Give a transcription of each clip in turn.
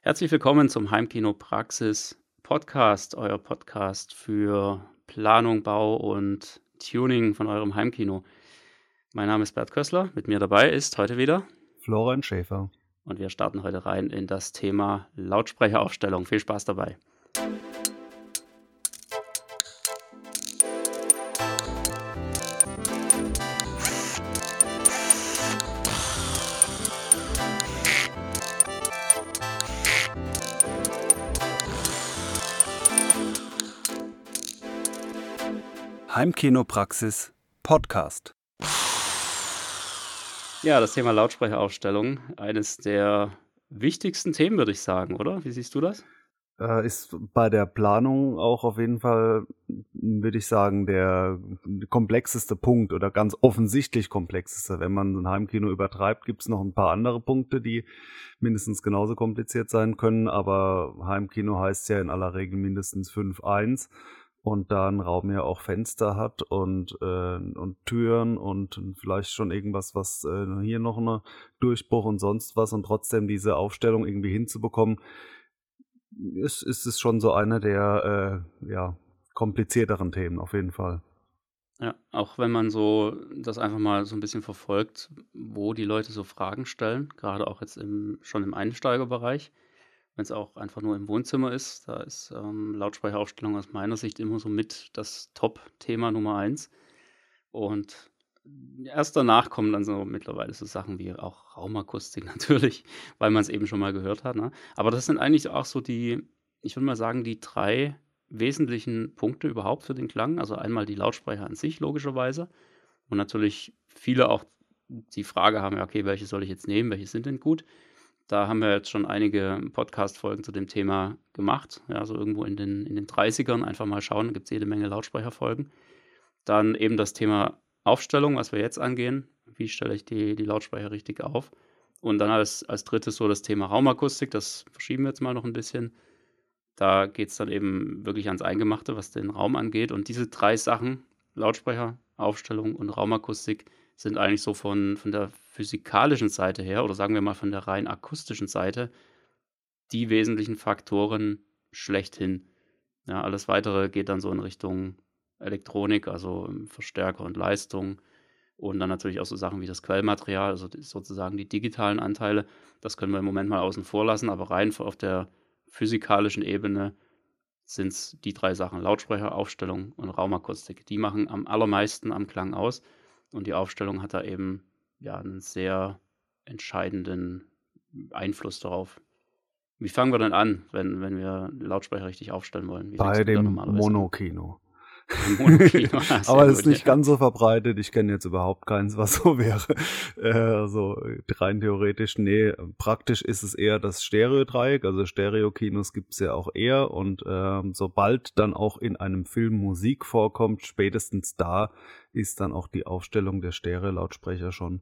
Herzlich willkommen zum Heimkino Praxis Podcast, euer Podcast für Planung, Bau und Tuning von eurem Heimkino. Mein Name ist Bert Kössler, mit mir dabei ist heute wieder Florian Schäfer. und wir starten heute rein in das Thema Lautsprecheraufstellung. Viel Spaß dabei. Heimkinopraxis Podcast. Ja, das Thema Lautsprecheraufstellung, eines der wichtigsten Themen, würde ich sagen, oder? Wie siehst du das? Ist bei der Planung auch auf jeden Fall, würde ich sagen, der komplexeste Punkt oder ganz offensichtlich komplexeste. Wenn man ein Heimkino übertreibt, gibt es noch ein paar andere Punkte, die mindestens genauso kompliziert sein können. Aber Heimkino heißt ja in aller Regel mindestens 5.1. Und da ein Raum ja auch Fenster hat und Türen und vielleicht schon irgendwas, was hier noch ein Durchbruch und sonst was und trotzdem diese Aufstellung irgendwie hinzubekommen, ist es schon so einer der komplizierteren Themen auf jeden Fall. Ja, auch wenn man so das einfach mal so ein bisschen verfolgt, wo die Leute so Fragen stellen, gerade auch jetzt schon im Einsteigerbereich. Wenn es auch einfach nur im Wohnzimmer ist, da ist, Lautsprecheraufstellung aus meiner Sicht immer so mit das Top-Thema Nummer eins. Und erst danach kommen dann so mittlerweile so Sachen wie auch Raumakustik natürlich, weil man es eben schon mal gehört hat, ne? Aber das sind eigentlich auch so ich würde mal sagen, die 3 wesentlichen Punkte überhaupt für den Klang. Also einmal die Lautsprecher an sich logischerweise und natürlich viele auch die Frage haben: „Ja, okay, welche soll ich jetzt nehmen? Welche sind denn gut?“ Da haben wir jetzt schon einige Podcast-Folgen zu dem Thema gemacht. Ja, so irgendwo in den 30ern einfach mal schauen, da gibt's jede Menge Lautsprecherfolgen. Dann eben das Thema Aufstellung, was wir jetzt angehen. Wie stelle ich die Lautsprecher richtig auf? Und dann als Drittes so das Thema Raumakustik, das verschieben wir jetzt mal noch ein bisschen. Da geht's dann eben wirklich ans Eingemachte, was den Raum angeht. Und diese 3 Sachen, Lautsprecher, Aufstellung und Raumakustik, sind eigentlich so von der physikalischen Seite her oder sagen wir mal von der rein akustischen Seite die wesentlichen Faktoren schlechthin. Ja, alles Weitere geht dann so in Richtung Elektronik, also, Verstärker und Leistung und dann natürlich auch so Sachen wie das Quellmaterial, also sozusagen die digitalen Anteile. Das können wir im Moment mal außen vor lassen, aber rein auf der physikalischen Ebene sind es die 3 Sachen: Lautsprecher, Aufstellung und Raumakustik. Die machen am allermeisten am Klang aus und die Aufstellung hat da eben, ja, einen sehr entscheidenden Einfluss darauf. Wie fangen wir denn an, wenn wir Lautsprecher richtig aufstellen wollen? Wie fängst Bei du da dem normalerweise an? Monokino. Beim Monokino, Aber sehr das ist gut, nicht ja. ganz so verbreitet. Ich kenne jetzt überhaupt keins, was so wäre. Also rein theoretisch, nee. Praktisch ist es eher das Stereodreieck. Also Stereokinos gibt es ja auch eher. Und sobald dann auch in einem Film Musik vorkommt, spätestens da ist dann auch die Aufstellung der Stereolautsprecher schon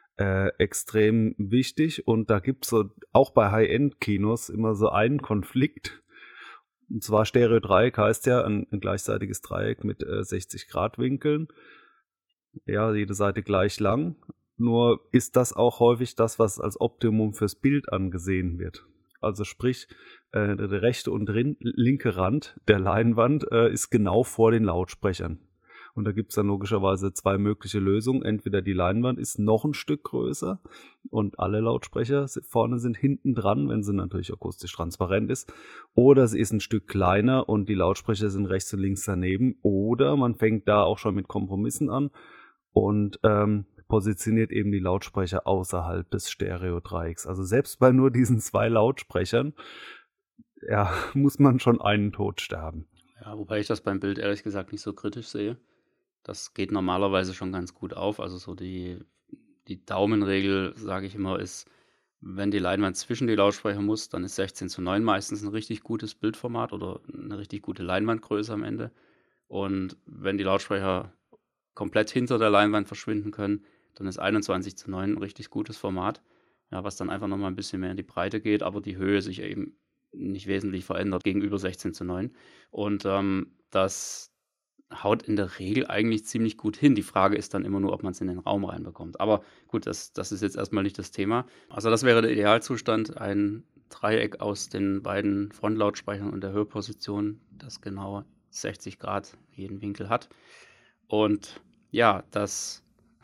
extrem wichtig. Und da gibt es so auch bei High-End-Kinos immer so einen Konflikt. Und zwar Stereodreieck heißt ja ein gleichseitiges Dreieck mit 60-Grad-Winkeln. Ja, jede Seite gleich lang. Nur ist das auch häufig das, was als Optimum fürs Bild angesehen wird. Also sprich, der rechte und linke Rand der Leinwand ist genau vor den Lautsprechern. Und da gibt es dann logischerweise 2 mögliche Lösungen. Entweder die Leinwand ist noch ein Stück größer und alle Lautsprecher vorne sind hinten dran, wenn sie natürlich akustisch transparent ist. Oder sie ist ein Stück kleiner und die Lautsprecher sind rechts und links daneben. Oder man fängt da auch schon mit Kompromissen an und positioniert eben die Lautsprecher außerhalb des Stereodreiecks. Also selbst bei nur diesen 2 Lautsprechern, ja, muss man schon einen Tod sterben. Ja, wobei ich das beim Bild ehrlich gesagt nicht so kritisch sehe. Das geht normalerweise schon ganz gut auf. Also so die Daumenregel, sage ich immer, ist, wenn die Leinwand zwischen die Lautsprecher muss, dann ist 16:9 meistens ein richtig gutes Bildformat oder eine richtig gute Leinwandgröße am Ende. Und wenn die Lautsprecher komplett hinter der Leinwand verschwinden können, dann ist 21:9 ein richtig gutes Format, ja, was dann einfach noch mal 'n bisschen mehr in die Breite geht, aber die Höhe sich eben nicht wesentlich verändert gegenüber 16:9. Und, das haut in der Regel eigentlich ziemlich gut hin. Die Frage ist dann immer nur, ob man es in den Raum reinbekommt. Aber gut, das ist jetzt erstmal nicht das Thema. Also, das wäre der Idealzustand, ein Dreieck aus den beiden Frontlautsprechern und der Hörposition, das genau 60 Grad jeden Winkel hat. Und ja, das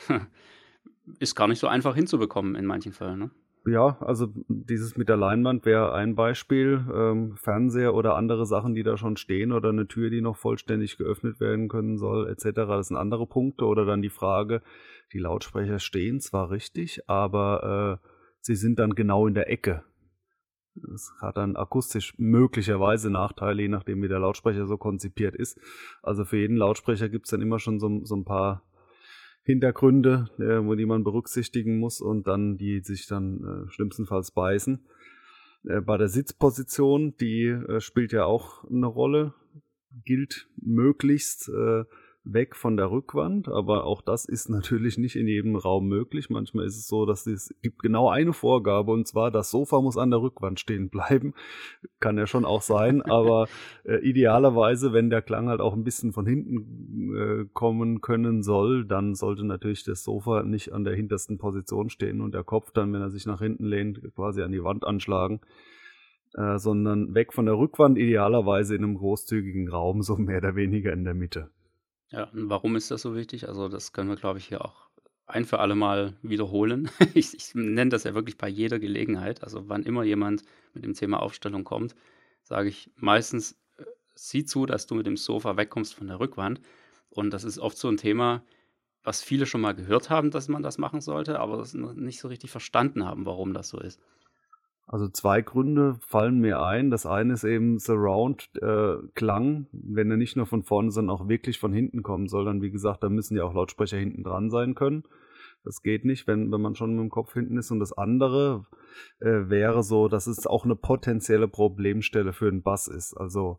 ist gar nicht so einfach hinzubekommen in manchen Fällen, ne? Ja, also dieses mit der Leinwand wäre ein Beispiel. Fernseher oder andere Sachen, die da schon stehen oder eine Tür, die noch vollständig geöffnet werden können soll, etc. Das sind andere Punkte. Oder dann die Frage, die Lautsprecher stehen zwar richtig, aber sie sind dann genau in der Ecke. Das hat dann akustisch möglicherweise Nachteile, je nachdem wie der Lautsprecher so konzipiert ist. Also für jeden Lautsprecher gibt es dann immer schon so ein paar Hintergründe, die man berücksichtigen muss und dann die sich dann schlimmstenfalls beißen. Bei der Sitzposition, die spielt ja auch eine Rolle, gilt möglichst weg von der Rückwand, aber auch das ist natürlich nicht in jedem Raum möglich. Manchmal ist es so, dass es gibt genau eine Vorgabe und zwar, das Sofa muss an der Rückwand stehen bleiben. Kann ja schon auch sein, aber idealerweise, wenn der Klang halt auch ein bisschen von hinten kommen können soll, dann sollte natürlich das Sofa nicht an der hintersten Position stehen und der Kopf dann, wenn er sich nach hinten lehnt, quasi an die Wand anschlagen. Sondern weg von der Rückwand, idealerweise in einem großzügigen Raum, so mehr oder weniger in der Mitte. Ja, und warum ist das so wichtig? Also, das können wir, glaube ich, hier auch ein für alle Mal wiederholen. Ich nenne das ja wirklich bei jeder Gelegenheit. Also, wann immer jemand mit dem Thema Aufstellung kommt, sage ich meistens, sieh zu, dass du mit dem Sofa wegkommst von der Rückwand. Und das ist oft so ein Thema, was viele schon mal gehört haben, dass man das machen sollte, aber das noch nicht so richtig verstanden haben, warum das so ist. Also 2 Gründe fallen mir ein. Das eine ist eben Surround Klang, wenn er nicht nur von vorne, sondern auch wirklich von hinten kommen soll, dann wie gesagt, da müssen ja auch Lautsprecher hinten dran sein können. Das geht nicht, wenn man schon mit dem Kopf hinten ist. Und das andere wäre so, dass es auch eine potenzielle Problemstelle für den Bass ist. Also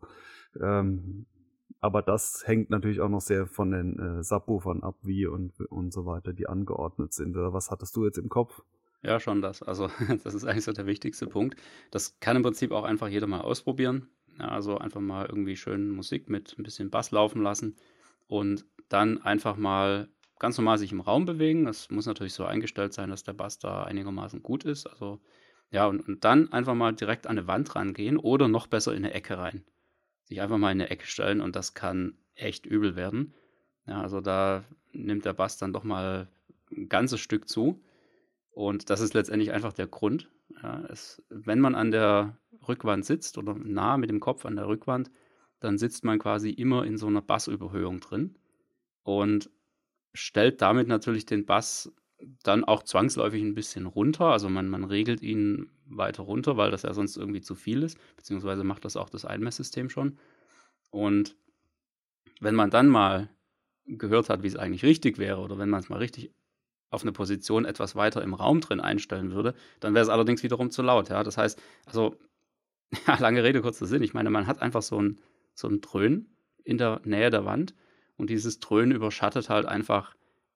aber das hängt natürlich auch noch sehr von den Subwoofern ab, wie und so weiter, die angeordnet sind. Oder was hattest du jetzt im Kopf? Ja, schon das. Also, das ist eigentlich so der wichtigste Punkt. Das kann im Prinzip auch einfach jeder mal ausprobieren. Ja, also einfach mal irgendwie schön Musik mit ein bisschen Bass laufen lassen und dann einfach mal ganz normal sich im Raum bewegen. Das muss natürlich so eingestellt sein, dass der Bass da einigermaßen gut ist. Also, ja, und dann einfach mal direkt an eine Wand rangehen oder noch besser in eine Ecke rein. Sich einfach mal in eine Ecke stellen und das kann echt übel werden. Ja, also da nimmt der Bass dann doch mal ein ganzes Stück zu. Und das ist letztendlich einfach der Grund. Ja, wenn man an der Rückwand sitzt oder nah mit dem Kopf an der Rückwand, dann sitzt man quasi immer in so einer Bassüberhöhung drin und stellt damit natürlich den Bass dann auch zwangsläufig ein bisschen runter. Also man regelt ihn weiter runter, weil das ja sonst irgendwie zu viel ist, beziehungsweise macht das auch das Einmesssystem schon. Und wenn man dann mal gehört hat, wie es eigentlich richtig wäre oder wenn man es mal richtig auf eine Position etwas weiter im Raum drin einstellen würde, dann wäre es allerdings wiederum zu laut, ja. Das heißt, also, ja, lange Rede, kurzer Sinn. Ich meine, man hat einfach so ein Dröhnen in der Nähe der Wand und dieses Dröhnen überschattet halt einfach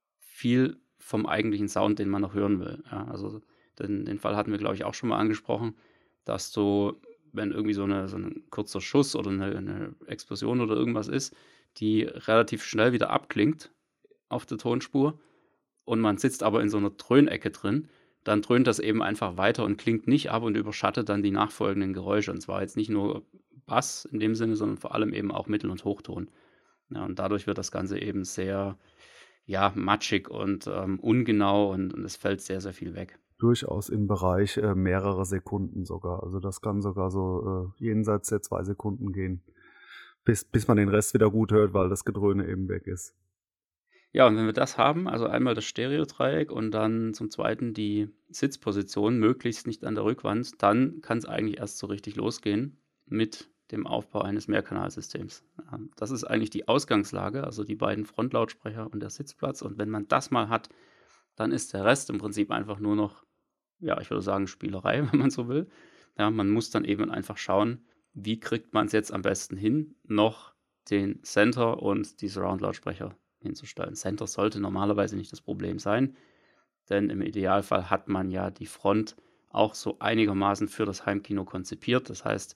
viel vom eigentlichen Sound, den man noch hören will, ja. Also, den Fall hatten wir, glaube ich, auch schon mal angesprochen, dass du, wenn irgendwie so 'n kurzer Schuss oder eine Explosion oder irgendwas ist, die relativ schnell wieder abklingt auf der Tonspur und man sitzt aber in so einer Dröhnecke drin, dann dröhnt das eben einfach weiter und klingt nicht ab und überschattet dann die nachfolgenden Geräusche. Und zwar jetzt nicht nur Bass in dem Sinne, sondern vor allem eben auch Mittel und Hochton. Ja, und dadurch wird das Ganze eben sehr, ja, matschig und, ungenau und es fällt sehr, sehr viel weg. Durchaus im Bereich mehrere Sekunden sogar. Also das kann sogar so jenseits der 2 Sekunden gehen, bis man den Rest wieder gut hört, weil das Gedröhne eben weg ist. Ja, und wenn wir das haben, also einmal das Stereodreieck und dann zum Zweiten die Sitzposition, möglichst nicht an der Rückwand, dann kann es eigentlich erst so richtig losgehen mit dem Aufbau eines Mehrkanalsystems. Das ist eigentlich die Ausgangslage, also die beiden Frontlautsprecher und der Sitzplatz. Und wenn man das mal hat, dann ist der Rest im Prinzip einfach nur noch, ja, ich würde sagen, Spielerei, wenn man so will. Ja, man muss dann eben einfach schauen, wie kriegt man es jetzt am besten hin, noch den Center und die Surround-Lautsprecher hinzustellen. Center sollte normalerweise nicht das Problem sein, denn im Idealfall hat man ja die Front auch so einigermaßen für das Heimkino konzipiert. Das heißt,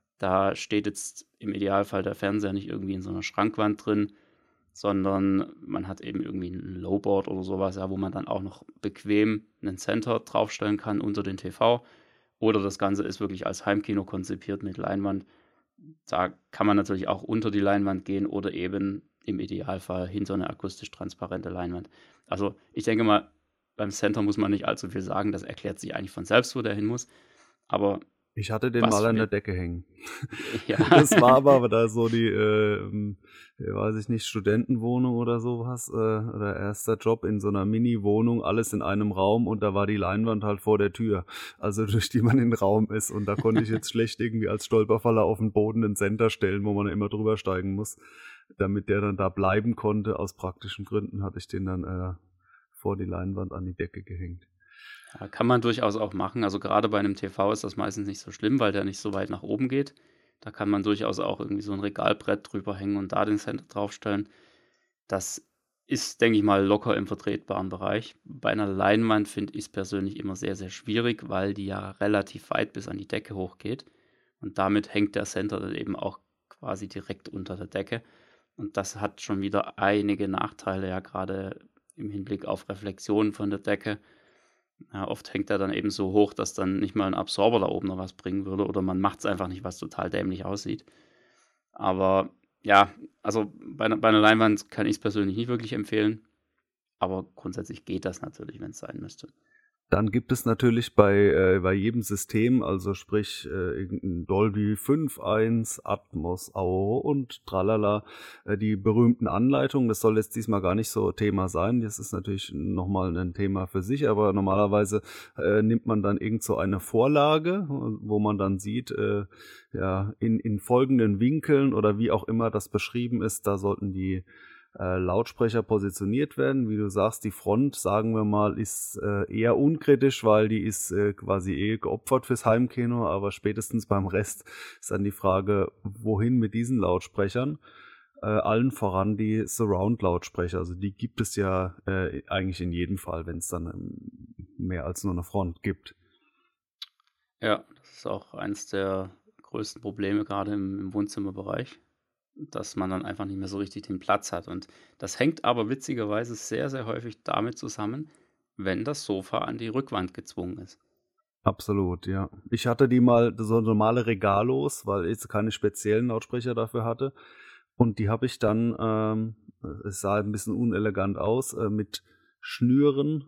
da steht jetzt im Idealfall der Fernseher nicht irgendwie in so einer Schrankwand drin, sondern man hat eben irgendwie ein Lowboard oder sowas, ja, wo man dann auch noch bequem einen Center draufstellen kann unter den TV oder das Ganze ist wirklich als Heimkino konzipiert mit Leinwand. Da kann man natürlich auch unter die Leinwand gehen oder eben im Idealfall hinter eine akustisch transparente Leinwand. Also, ich denke mal, beim Center muss man nicht allzu viel sagen. Das erklärt sich eigentlich von selbst, wo der hin muss. Aber Ich hatte den mal was an wir der Decke hängen. ja. Das war aber da so die, weiß ich nicht, Studentenwohnung oder sowas, oder erster Job in so einer Mini-Wohnung, alles in einem Raum und da war die Leinwand halt vor der Tür, also durch die man in den Raum ist und da konnte ich jetzt schlecht irgendwie als Stolperfaller auf den Boden den Center stellen, wo man immer drüber steigen muss, damit der dann da bleiben konnte. Aus praktischen Gründen hatte ich den dann vor die Leinwand an die Decke gehängt. Ja, kann man durchaus auch machen. Also, gerade bei einem TV ist das meistens nicht so schlimm, weil der nicht so weit nach oben geht. Da kann man durchaus auch irgendwie so ein Regalbrett drüber hängen und da den Center draufstellen. Das ist, denke ich mal, locker im vertretbaren Bereich. Bei einer Leinwand finde ich's persönlich immer sehr, sehr schwierig, weil die ja relativ weit bis an die Decke hochgeht und damit hängt der Center dann eben auch quasi direkt unter der Decke und das hat schon wieder einige Nachteile, ja, gerade im Hinblick auf Reflexionen von der Decke. Ja, oft hängt er dann eben so hoch, dass dann nicht mal ein Absorber da oben noch was bringen würde oder man macht es einfach nicht, was total dämlich aussieht. Aber ja, also bei 'ner Leinwand kann ich es persönlich nicht wirklich empfehlen, aber grundsätzlich geht das natürlich, wenn es sein müsste. Dann gibt es natürlich bei jedem System, also sprich irgendein Dolby 5.1, Atmos, Auro und tralala, die berühmten Anleitungen. Das soll jetzt diesmal gar nicht so Thema sein. Das ist natürlich nochmal ein Thema für sich, aber normalerweise nimmt man dann irgend so eine Vorlage, wo man dann sieht, ja, in folgenden Winkeln oder wie auch immer das beschrieben ist, da sollten die Lautsprecher positioniert werden. Wie du sagst, die Front, sagen wir mal, ist eher unkritisch, weil die ist quasi geopfert fürs Heimkino, aber spätestens beim Rest ist dann die Frage, wohin mit diesen Lautsprechern? Allen voran die Surround-Lautsprecher, also die gibt es ja eigentlich in jedem Fall, wenn es dann mehr als nur eine Front gibt. Ja, das ist auch eins der größten Probleme, gerade im Wohnzimmerbereich, dass man dann einfach nicht mehr so richtig den Platz hat. Und das hängt aber witzigerweise sehr, sehr häufig damit zusammen, wenn das Sofa an die Rückwand gezwungen ist. Absolut, ja. Ich hatte die mal so normale Regalos, weil ich keine speziellen Lautsprecher dafür hatte. Und die habe ich dann, es sah ein bisschen unelegant aus, mit Schnüren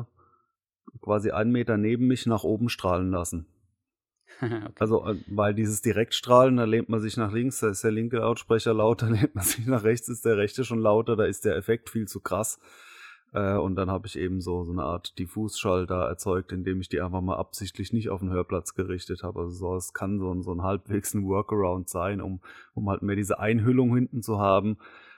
quasi 1 Meter neben mich nach oben strahlen lassen. Okay. Also, weil dieses Direktstrahlen, da lehnt man sich nach links, da ist der linke Lautsprecher lauter, lehnt man sich nach rechts, ist der rechte schon lauter, da ist der Effekt viel zu krass. Und dann habe ich eben so eine Art Diffusschall da erzeugt, indem ich die einfach mal absichtlich nicht auf den Hörplatz gerichtet habe. Also so, es kann so ein halbwegs ein Workaround sein, um halt mehr diese Einhüllung hinten zu haben,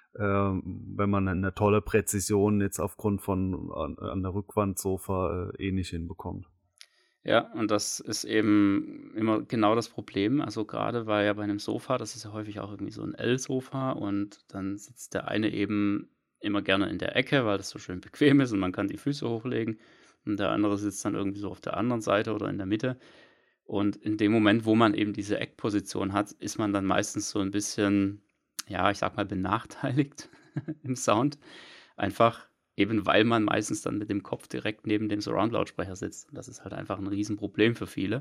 wenn man eine tolle Präzision jetzt aufgrund von an der Rückwand Sofa nicht hinbekommt. Ja, und das ist eben immer genau das Problem. Also, gerade weil ja bei einem Sofa das ist ja häufig auch irgendwie so 'n L-Sofa und dann sitzt der eine eben immer gerne in der Ecke, weil das so schön bequem ist und man kann die Füße hochlegen und der andere sitzt dann irgendwie so auf der anderen Seite oder in der Mitte. Und in dem Moment, wo man eben diese Eckposition hat, ist man dann meistens so 'n bisschen, ja, ich sage mal, benachteiligt im Sound. Einfach eben, weil man meistens dann mit dem Kopf direkt neben dem Surround-Lautsprecher sitzt. Das ist halt einfach 'n Riesenproblem für viele.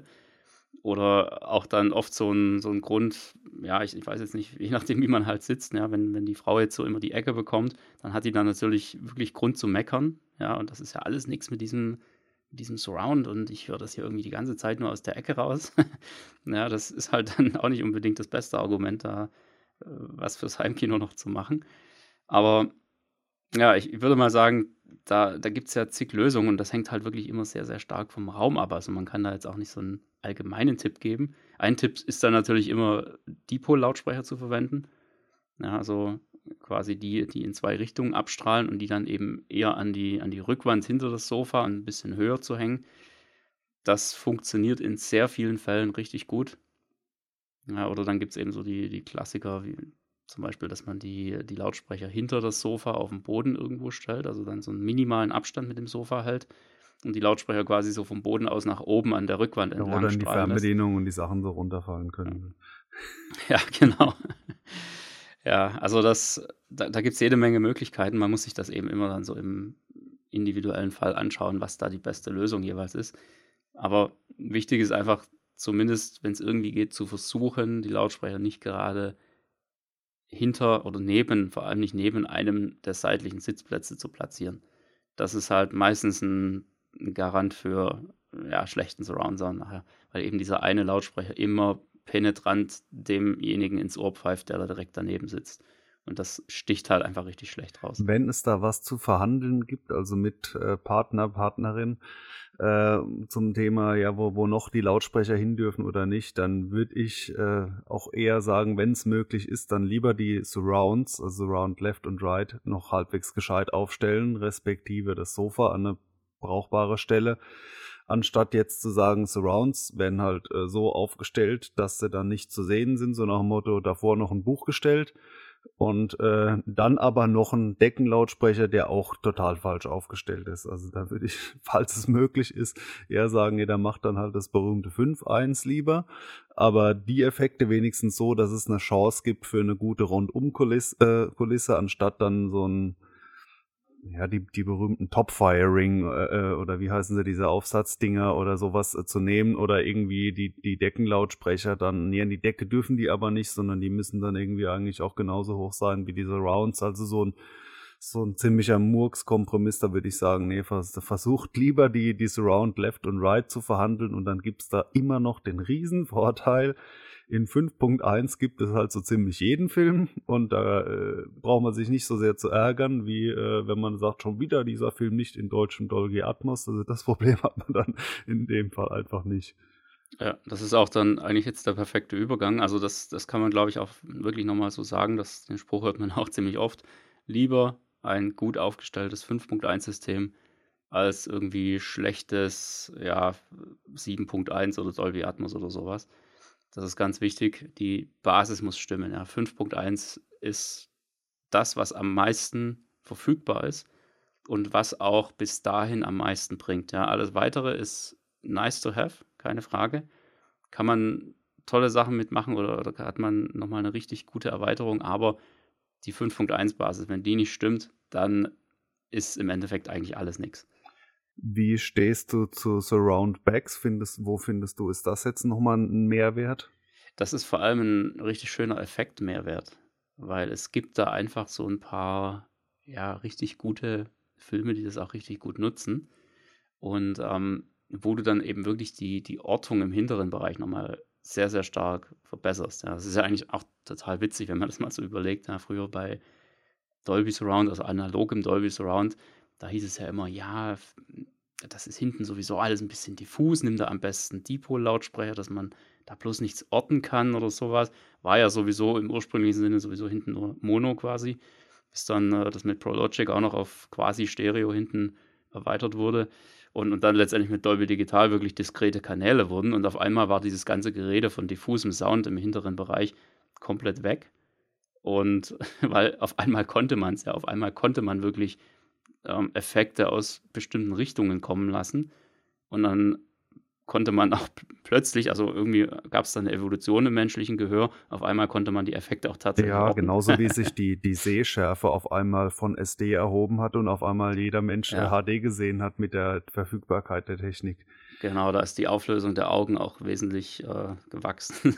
Oder auch dann oft so 'n Grund, ja, ich weiß jetzt nicht, je nachdem, wie man halt sitzt, ja, wenn die Frau jetzt so immer die Ecke bekommt, dann hat die da natürlich wirklich Grund zu meckern, ja, und das ist ja alles nix mit diesem Surround und ich höre das hier irgendwie die ganze Zeit nur aus der Ecke raus. Ja, das ist halt dann auch nicht unbedingt das beste Argument, da was fürs Heimkino noch zu machen. Aber ja, ich würde mal sagen, da gibt's ja zig Lösungen und das hängt halt wirklich immer sehr, sehr stark vom Raum ab. Also, man kann da jetzt auch nicht so 'n allgemeinen Tipp geben. Ein Tipp ist dann natürlich immer, Dipol-Lautsprecher zu verwenden. Ja, also quasi die in 2 Richtungen abstrahlen und die dann eben eher an die Rückwand hinter das Sofa und 'n bisschen höher zu hängen. Das funktioniert in sehr vielen Fällen richtig gut. Ja, oder dann gibt's eben so die Klassiker, wie zum Beispiel, dass man die Lautsprecher hinter das Sofa auf 'n Boden irgendwo stellt, also dann so 'n minimalen Abstand mit dem Sofa hält und die Lautsprecher quasi so vom Boden aus nach oben an der Rückwand Ja, entlang oder in die strahlen lässt. Fernbedienung und die Sachen so runterfallen Ja. können. Ja, genau. Ja, also da gibt's jede Menge Möglichkeiten. Man muss sich das eben immer dann so im individuellen Fall anschauen, was da die beste Lösung jeweils ist. Aber wichtig ist einfach, zumindest wenn es irgendwie geht, zu versuchen, die Lautsprecher nicht gerade hinter oder neben, vor allem nicht neben einem der seitlichen Sitzplätze zu platzieren. Das ist halt meistens ein 'n Garant für, ja, schlechten Surround-Sound nachher, weil eben dieser eine Lautsprecher immer penetrant demjenigen ins Ohr pfeift, der da direkt daneben sitzt. Und das sticht halt einfach richtig schlecht raus. Wenn es da was zu verhandeln gibt, also mit Partner, Partnerin, zum Thema, ja, wo noch die Lautsprecher hin dürfen oder nicht, dann würde ich auch eher sagen, wenn es möglich ist, dann lieber die Surrounds, also Surround Left und Right, noch halbwegs gescheit aufstellen, respektive das Sofa an eine brauchbare Stelle, anstatt jetzt zu sagen, Surrounds werden halt so aufgestellt, dass sie dann nicht zu sehen sind, so nach dem Motto, davor noch ein Buch gestellt und dann aber noch ein Deckenlautsprecher, der auch total falsch aufgestellt ist. Also da würde ich, falls es möglich ist, eher sagen, jeder macht dann halt das berühmte 5-1 lieber. Aber die Effekte wenigstens so, dass es eine Chance gibt für eine gute Rundumkulisse, Kulisse, anstatt dann so ein, ja, die berühmten Top-Firing oder wie heißen sie, diese Aufsatzdinger oder sowas zu nehmen oder irgendwie die Deckenlautsprecher dann, nee, an die Decke dürfen die aber nicht, sondern die müssen dann irgendwie eigentlich auch genauso hoch sein wie diese Rounds, also so ein ziemlicher Murks-Kompromiss, da würde ich sagen, nee, versucht lieber die Surround Left und Right zu verhandeln und dann gibt's da immer noch den Riesenvorteil. In 5.1 gibt es halt so ziemlich jeden Film und da braucht man sich nicht so sehr zu ärgern, wie wenn man sagt, schon wieder dieser Film nicht in deutschem Dolby Atmos. Also das Problem hat man dann in dem Fall einfach nicht. Ja, das ist auch dann eigentlich jetzt der perfekte Übergang. Also, das kann man, glaube ich, auch wirklich noch mal so sagen, den Spruch hört man auch ziemlich oft. Lieber ein gut aufgestelltes 5.1-System als irgendwie schlechtes, ja, 7.1 oder Dolby Atmos oder sowas. Das ist ganz wichtig. Die Basis muss stimmen, ja. 5.1 ist das, was am meisten verfügbar ist und was auch bis dahin am meisten bringt, ja. Alles Weitere ist nice to have, keine Frage. Kann man tolle Sachen mitmachen oder hat man noch mal 'ne richtig gute Erweiterung, aber die 5.1 Basis, wenn die nicht stimmt, dann ist im Endeffekt eigentlich alles nix. Wie stehst du zu Surround Backs? Wo findest du, ist das jetzt nochmal ein Mehrwert? Das ist vor allem 'n richtig schöner Effektmehrwert, weil es gibt da einfach so 'n paar, ja, richtig gute Filme, die das auch richtig gut nutzen und, wo du dann eben wirklich die Ortung im hinteren Bereich noch mal sehr, sehr stark verbesserst, ja. Das ist ja eigentlich auch total witzig, wenn man das mal so überlegt, ja, früher bei Dolby Surround, also analogem Dolby Surround, da hieß es ja immer: „Ja, das ist hinten sowieso alles ein bisschen diffus, nimm da am besten Dipol-Lautsprecher, dass man da bloß nichts orten kann“ oder sowas. War ja sowieso im ursprünglichen Sinne sowieso hinten nur Mono quasi, bis dann, das mit Pro Logic auch noch auf quasi Stereo hinten erweitert wurde und dann letztendlich mit Dolby Digital wirklich diskrete Kanäle wurden und auf einmal war dieses ganze Gerede von diffusem Sound im hinteren Bereich komplett weg. Und weil auf einmal konnte man es ja, auf einmal konnte man wirklich, Effekte aus bestimmten Richtungen kommen lassen. Und dann konnte man auch plötzlich, also irgendwie gab es da 'ne Evolution im menschlichen Gehör. Auf einmal konnte man die Effekte auch tatsächlich Ja, orten. genauso wie sich die Sehschärfe auf einmal von SD erhoben hat und auf einmal jeder Mensch Ja, HD gesehen hat mit der Verfügbarkeit der Technik. genau, da ist die Auflösung der Augen auch wesentlich, gewachsen.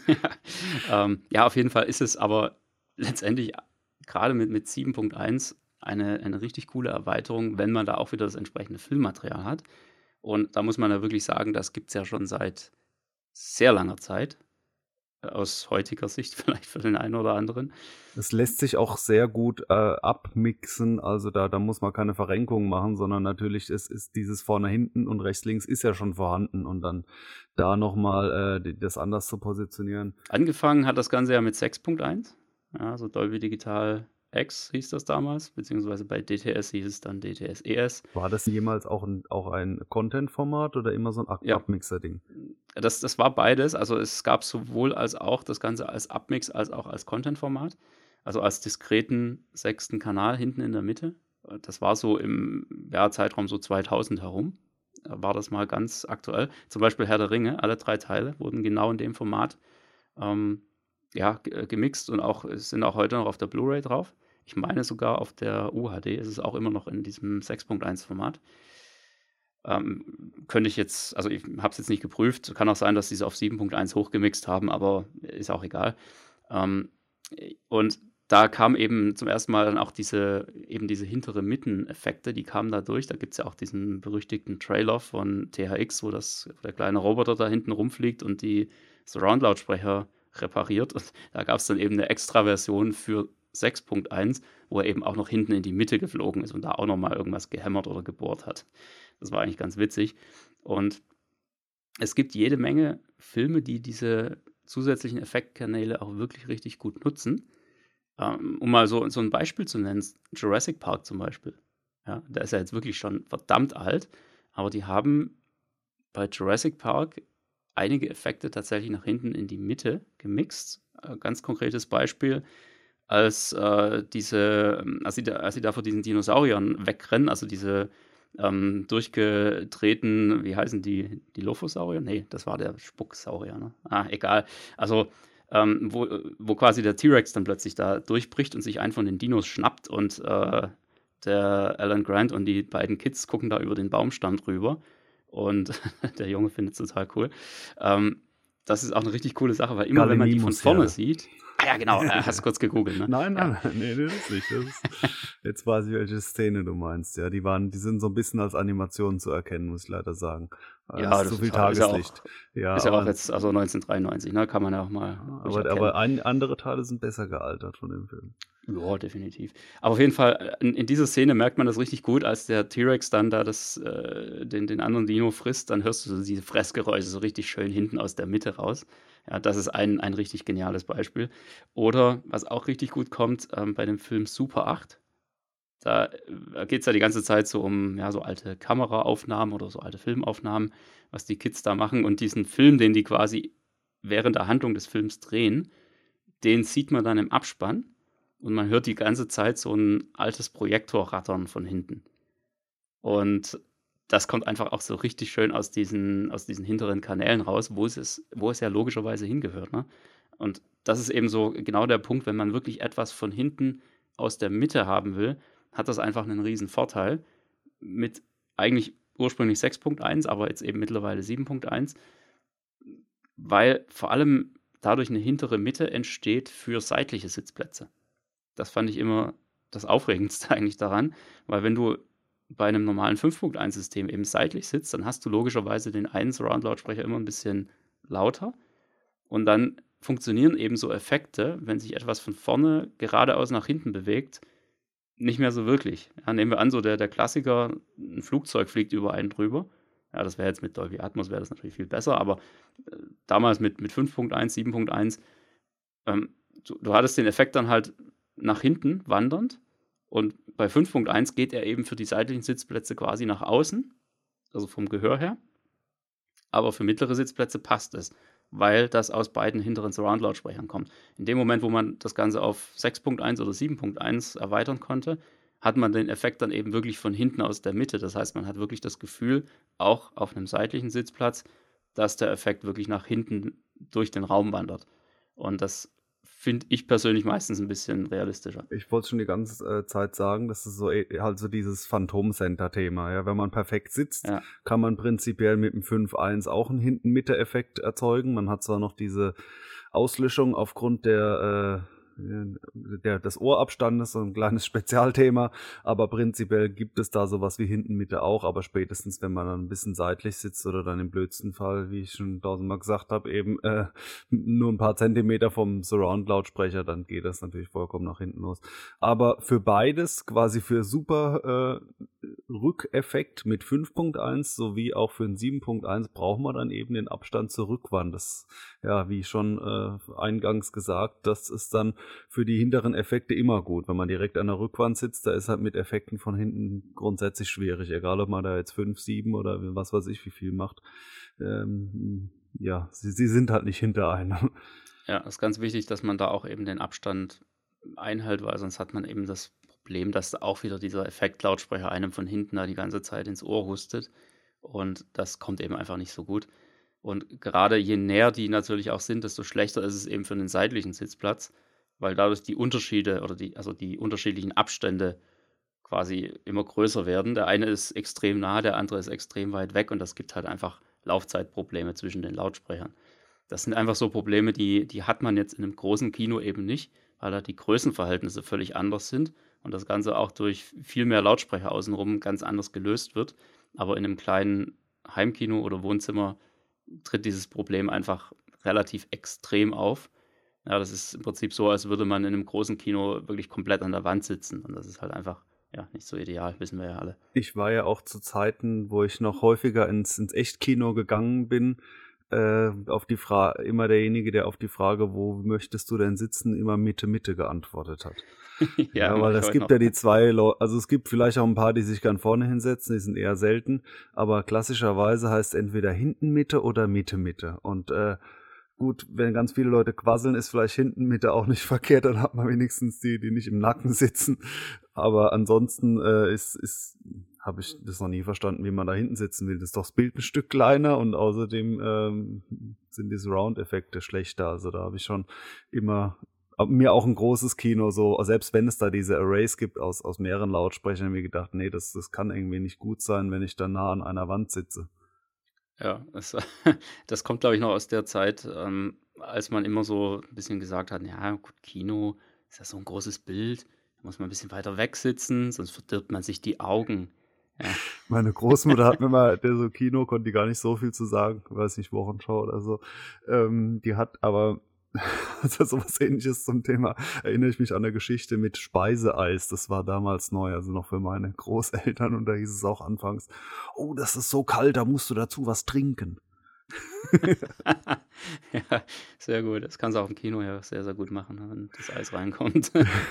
Ja, auf jeden Fall ist es aber letztendlich grade mit 7.1 eine richtig coole Erweiterung, wenn man da auch wieder das entsprechende Filmmaterial hat. Und da muss man ja wirklich sagen, das gibt's ja schon seit sehr langer Zeit, aus heutiger Sicht vielleicht für den einen oder anderen. Es lässt sich auch sehr gut abmixen, also da muss man keine Verrenkung machen, sondern natürlich ist dieses vorne, hinten und rechts, links ist ja schon vorhanden und dann da nochmal das anders zu positionieren. Angefangen hat das Ganze ja mit 6.1, ja, also Dolby Digital X hieß das damals, beziehungsweise bei DTS hieß es dann DTS ES. War das jemals auch ein Content-Format oder immer so ein Ja, Abmixer-Ding? das war beides. Also, es gab sowohl als auch das Ganze als Abmix als auch als Content-Format, also als diskreten sechsten Kanal hinten in der Mitte. Das war so im, ja, Zeitraum so 2000 herum, war das mal ganz aktuell. Zum Beispiel Herr der Ringe, alle 3 Teile wurden genau in dem Format, ähm, ja, gemixt und auch sind auch heute noch auf der Blu-ray drauf. Ich meine sogar auf der UHD ist es auch immer noch in diesem 6.1 Format. Könnte ich jetzt, also ich habe es jetzt nicht geprüft, kann auch sein, dass sie es auf 7.1 hochgemixt haben, aber ist auch egal. Ähm, und da kam eben zum ersten Mal dann auch diese hintere Mitten-Effekte, die kamen da durch. Da gibt es ja auch diesen berüchtigten Trailer von THX, wo der kleine Roboter da hinten rumfliegt und die Surround-Lautsprecher repariert. Und da gab es dann eben eine Extra-Version für 6.1, wo er eben auch noch hinten in die Mitte geflogen ist und da auch nochmal irgendwas gehämmert oder gebohrt hat. Das war eigentlich ganz witzig. Und es gibt jede Menge Filme, die diese zusätzlichen Effektkanäle auch wirklich richtig gut nutzen. Um mal so ein Beispiel zu nennen, Jurassic Park zum Beispiel. Ja, der ist ja jetzt wirklich schon verdammt alt, aber die haben bei Jurassic Park einige Effekte tatsächlich nach hinten in die Mitte gemixt. Ganz konkretes Beispiel, als sie da vor diesen Dinosauriern wegrennen, also diese durchgedrehten, wie heißen die? Die Dilophosaurier? Nee, das war der Spucksaurier, ne? Egal. Also, wo quasi der T-Rex dann plötzlich da durchbricht und sich einen von den Dinos schnappt und der Alan Grant und die beiden Kids gucken da über den Baumstamm drüber und der Junge findet es total cool. Das ist auch eine richtig coole Sache, weil immer wenn man die von vorne sieht. Ja, genau, hast du kurz gegoogelt, ne? Nein, nee, das ist nicht. Jetzt weiß ich, welche Szene du meinst. Ja, die sind so ein bisschen als Animation zu erkennen, muss ich leider sagen. Ja, das ist so viel Tageslicht. Ist ja auch jetzt, also 1993, ne? Kann man ja auch mal. Aber andere Teile sind besser gealtert von dem Film. Ja, definitiv. Aber auf jeden Fall, in dieser Szene merkt man das richtig gut, als der T-Rex dann da den anderen Dino frisst, dann hörst du so diese Fressgeräusche so richtig schön hinten aus der Mitte raus. Ja, das ist ein richtig geniales Beispiel. Oder, was auch richtig gut kommt, bei dem Film Super 8, da geht es ja die ganze Zeit so um so alte Kameraaufnahmen oder so alte Filmaufnahmen, was die Kids da machen. Und diesen Film, den die quasi während der Handlung des Films drehen, den sieht man dann im Abspann. Und man hört die ganze Zeit so ein altes Projektorrattern von hinten. Und das kommt einfach auch so richtig schön aus diesen hinteren Kanälen raus, wo es ja logischerweise hingehört, ne? Und das ist eben so genau der Punkt, wenn man wirklich etwas von hinten aus der Mitte haben will, hat das einfach einen riesen Vorteil mit eigentlich ursprünglich 6.1, aber jetzt eben mittlerweile 7.1, weil vor allem dadurch eine hintere Mitte entsteht für seitliche Sitzplätze. Das fand ich immer das Aufregendste eigentlich daran, weil wenn du bei einem normalen 5.1-System eben seitlich sitzt, dann hast du logischerweise den einen Surround-Lautsprecher immer ein bisschen lauter und dann funktionieren eben so Effekte, wenn sich etwas von vorne geradeaus nach hinten bewegt, nicht mehr so wirklich. Ja, nehmen wir an, so der Klassiker, ein Flugzeug fliegt über einen drüber. Ja, das wäre jetzt mit Dolby Atmos wäre das natürlich viel besser, aber damals mit 5.1, 7.1, du hattest den Effekt dann halt nach hinten wandernd und bei 5.1 geht er eben für die seitlichen Sitzplätze quasi nach außen, also vom Gehör her, aber für mittlere Sitzplätze passt es, weil das aus beiden hinteren Surround-Lautsprechern kommt. In dem Moment, wo man das Ganze auf 6.1 oder 7.1 erweitern konnte, hat man den Effekt dann eben wirklich von hinten aus der Mitte. Das heißt, man hat wirklich das Gefühl, auch auf einem seitlichen Sitzplatz, dass der Effekt wirklich nach hinten durch den Raum wandert. Und das finde ich persönlich meistens ein bisschen realistischer. Ich wollte schon die ganze Zeit sagen, das ist so halt so dieses Phantom-Center-Thema. Ja? Wenn man perfekt sitzt, kann man prinzipiell mit dem 5.1 auch einen Hinten-Mitte-Effekt erzeugen. Man hat zwar noch diese Auslöschung aufgrund des Ohrabstandes, so ein kleines Spezialthema, aber prinzipiell gibt es da sowas wie Hinten-Mitte auch, aber spätestens, wenn man dann ein bisschen seitlich sitzt oder dann im blödsten Fall, wie ich schon tausendmal gesagt habe, eben nur ein paar Zentimeter vom Surround-Lautsprecher, dann geht das natürlich vollkommen nach hinten los. Aber für beides, quasi für super Rückeffekt mit 5.1 sowie auch für ein 7.1 braucht man dann eben den Abstand zur Rückwand. Das, ja, wie schon eingangs gesagt, das ist dann für die hinteren Effekte immer gut. Wenn man direkt an der Rückwand sitzt, da ist halt mit Effekten von hinten grundsätzlich schwierig. Egal, ob man da jetzt 5, 7 oder was weiß ich wie viel macht. Ja, sie sind halt nicht hinter einem. Ja, es ist ganz wichtig, dass man da auch eben den Abstand einhält, weil sonst hat man eben das Problem, dass da auch wieder dieser Effektlautsprecher einem von hinten da die ganze Zeit ins Ohr hustet. Und das kommt eben einfach nicht so gut. Und gerade je näher die natürlich auch sind, desto schlechter ist es eben für den seitlichen Sitzplatz, weil dadurch die Unterschiede oder die unterschiedlichen Abstände quasi immer größer werden. Der eine ist extrem nah, der andere ist extrem weit weg und das gibt halt einfach Laufzeitprobleme zwischen den Lautsprechern. Das sind einfach so Probleme, die hat man jetzt in einem großen Kino eben nicht, weil da die Größenverhältnisse völlig anders sind und das Ganze auch durch viel mehr Lautsprecher außenrum ganz anders gelöst wird. Aber in einem kleinen Heimkino oder Wohnzimmer tritt dieses Problem einfach relativ extrem auf. Ja, das ist im Prinzip so, als würde man in einem großen Kino wirklich komplett an der Wand sitzen und das ist halt einfach, ja, nicht so ideal, wissen wir ja alle. Ich war ja auch zu Zeiten, wo ich noch häufiger ins Echtkino gegangen bin, auf die Frage, immer derjenige, der auf die Frage, wo möchtest du denn sitzen, immer Mitte, Mitte geantwortet hat. Ja, Ja, mache weil ich es heute gibt noch. ja die zwei Leute, also es gibt vielleicht auch ein paar, die sich gern vorne hinsetzen, die sind eher selten, aber klassischerweise heißt es entweder hinten Mitte oder Mitte Mitte. Und gut, wenn ganz viele Leute quasseln, ist vielleicht hinten Mitte auch nicht verkehrt, dann hat man wenigstens die nicht im Nacken sitzen. Aber ansonsten habe ich das noch nie verstanden, wie man da hinten sitzen will. Das ist doch das Bild ein Stück kleiner und außerdem sind die Surround-Effekte schlechter. Also da habe ich schon immer mir auch ein großes Kino so, selbst wenn es da diese Arrays gibt aus mehreren Lautsprechern, mir gedacht, nee, das kann irgendwie nicht gut sein, wenn ich da nah an einer Wand sitze. Ja, das kommt, glaube ich, noch aus der Zeit, als man immer so ein bisschen gesagt hat: „Ja, gut, Kino ist ja so ein großes Bild, da muss man ein bisschen weiter weg sitzen, sonst verdirbt man sich die Augen.“ Ja. Meine Großmutter hat mir mal, der so Kino konnte die gar nicht so viel zu sagen, weiß nicht, Wochenschau oder so. Die hat aber also sowas Ähnliches zum Thema, erinnere ich mich an eine Geschichte mit Speiseeis. Das war damals neu, also noch für meine Großeltern und da hieß es auch anfangs, oh, das ist so kalt, da musst du dazu was trinken. Ja, sehr gut. Das kannst du auch im Kino ja sehr, sehr gut machen, ne, wenn das Eis reinkommt.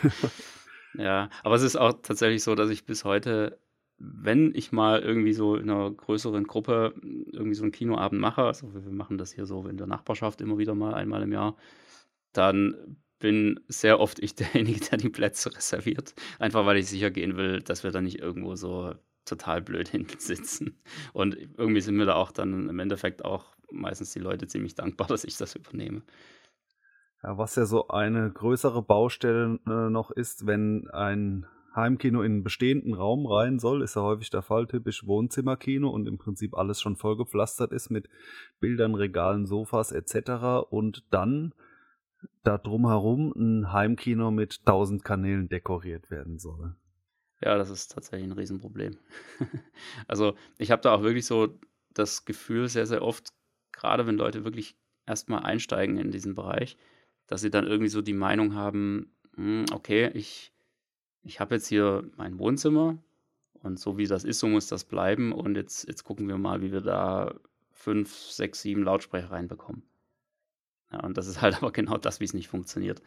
Ja, aber es ist auch tatsächlich so, dass ich bis heute, wenn ich mal irgendwie so in einer größeren Gruppe irgendwie so 'n Kinoabend mache, also wir machen das hier so in der Nachbarschaft immer wieder mal einmal im Jahr, dann bin sehr oft ich derjenige, der die Plätze reserviert, einfach weil ich sicher gehen will, dass wir da nicht irgendwo so total blöd hinten sitzen. Und irgendwie sind mir da auch dann im Endeffekt auch meistens die Leute ziemlich dankbar, dass ich das übernehme. Ja, was ja so eine größere Baustelle noch ist, wenn ein Heimkino in einen bestehenden Raum rein soll, ist ja häufig der Fall, typisch Wohnzimmerkino und im Prinzip alles schon vollgepflastert ist mit Bildern, Regalen, Sofas etc. Und dann da drumherum ein Heimkino mit 1000 Kanälen dekoriert werden soll. Ja, das ist tatsächlich 'n Riesenproblem. Also, ich habe da auch wirklich so das Gefühl sehr, sehr oft, grade wenn Leute wirklich erst mal einsteigen in diesen Bereich, dass sie dann irgendwie so die Meinung haben: Okay, ich habe jetzt hier mein Wohnzimmer und so wie das ist, so muss das bleiben und jetzt gucken wir mal, wie wir da 5, 6, 7 Lautsprecher reinbekommen.“ Ja, und das ist halt aber genau das, wie's nicht funktioniert.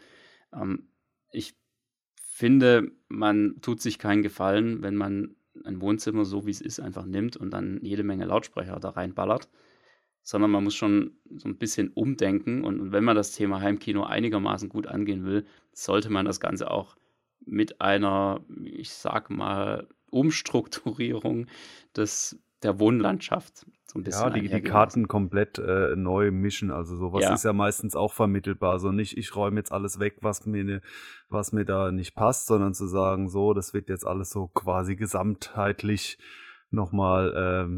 Ich finde, man tut sich keinen Gefallen, wenn man ein Wohnzimmer so, wie es ist, einfach nimmt und dann jede Menge Lautsprecher da reinballert, sondern man muss schon so ein bisschen umdenken und wenn man das Thema Heimkino einigermaßen gut angehen will, sollte man das Ganze auch mit einer, ich sage mal, Umstrukturierung der Wohnlandschaft so ein Ja, bisschen die einhergehen lassen. Karten komplett neu mischen. Also sowas Ja. ist ja meistens auch vermittelbar. Also nicht, ich räume jetzt alles weg, was mir da nicht passt, sondern zu sagen, so, das wird jetzt alles so quasi gesamtheitlich nochmal,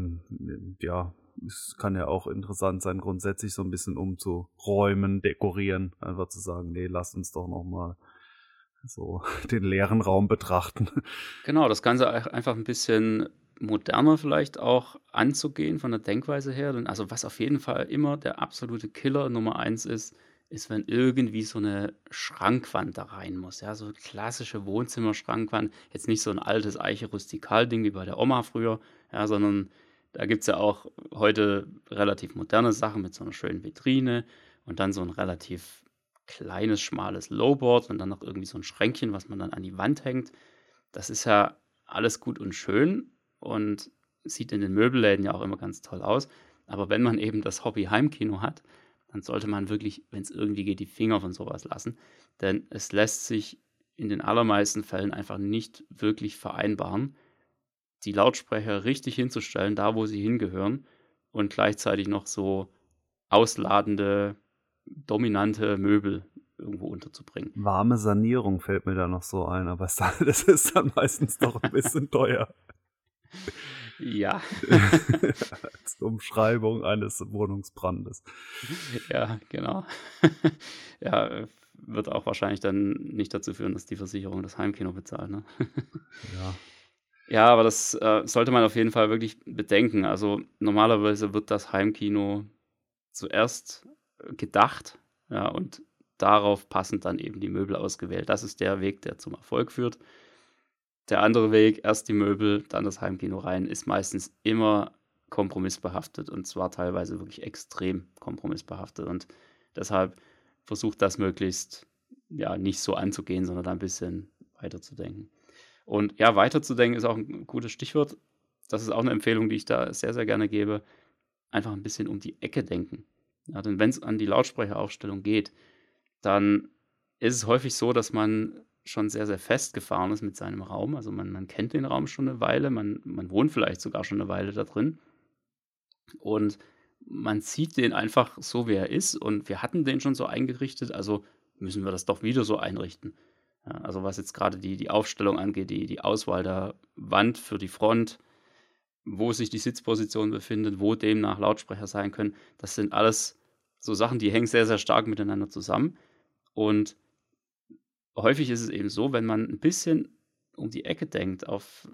ja, es kann ja auch interessant sein, grundsätzlich so ein bisschen umzuräumen, dekorieren, einfach zu sagen, nee, lasst uns doch nochmal so den leeren Raum betrachten. Genau, das Ganze einfach ein bisschen moderner vielleicht auch anzugehen von der Denkweise her. Denn also, was auf jeden Fall immer der absolute Killer Nummer eins ist, ist, wenn irgendwie so eine Schrankwand da rein muss, ja, so klassische Wohnzimmerschrankwand. Jetzt nicht so ein altes Eiche-Rustikal-Ding wie bei der Oma früher, ja, sondern da gibt's ja auch heute relativ moderne Sachen mit so einer schönen Vitrine und dann so ein relativ kleines, schmales Lowboard und dann noch irgendwie so ein Schränkchen, was man dann an die Wand hängt. Das ist ja alles gut und schön und sieht in den Möbelläden ja auch immer ganz toll aus. Aber wenn man eben das Hobby Heimkino hat, dann sollte man wirklich, wenn es irgendwie geht, die Finger von sowas lassen. Denn es lässt sich in den allermeisten Fällen einfach nicht wirklich vereinbaren, die Lautsprecher richtig hinzustellen, da wo sie hingehören und gleichzeitig noch so ausladende, dominante Möbel irgendwo unterzubringen. Warme Sanierung fällt mir da noch so ein, aber das ist dann meistens doch ein bisschen teuer. Ja. Als Umschreibung eines Wohnungsbrandes. Ja, genau. Ja, wird auch wahrscheinlich dann nicht dazu führen, dass die Versicherung das Heimkino bezahlt, ne? Ja. Ja, aber das, sollte man auf jeden Fall wirklich bedenken. Also, normalerweise wird das Heimkino zuerst, gedacht, ja, und darauf passend dann eben die Möbel ausgewählt. Das ist der Weg, der zum Erfolg führt. Der andere Weg, erst die Möbel, dann das Heimkino rein, ist meistens immer kompromissbehaftet und zwar teilweise wirklich extrem kompromissbehaftet und deshalb versucht das möglichst, ja, nicht so anzugehen, sondern da 'n bisschen weiterzudenken. Und ja, weiterzudenken ist auch ein gutes Stichwort. Das ist auch eine Empfehlung, die ich da sehr, sehr gerne gebe. Einfach ein bisschen um die Ecke denken. Ja, denn wenn es an die Lautsprecheraufstellung geht, dann ist es häufig so, dass man schon sehr, sehr festgefahren ist mit seinem Raum. Also, man kennt den Raum schon eine Weile, man wohnt vielleicht sogar schon eine Weile da drin und man sieht den einfach so, wie er ist und wir hatten den schon so eingerichtet, also müssen wir das doch wieder so einrichten. Ja, also, was jetzt gerade die Aufstellung angeht, die Auswahl der Wand für die Front, wo sich die Sitzposition befindet, wo demnach Lautsprecher sein können. Das sind alles so Sachen, die hängen sehr, sehr stark miteinander zusammen und häufig ist es eben so, wenn man ein bisschen um die Ecke denkt,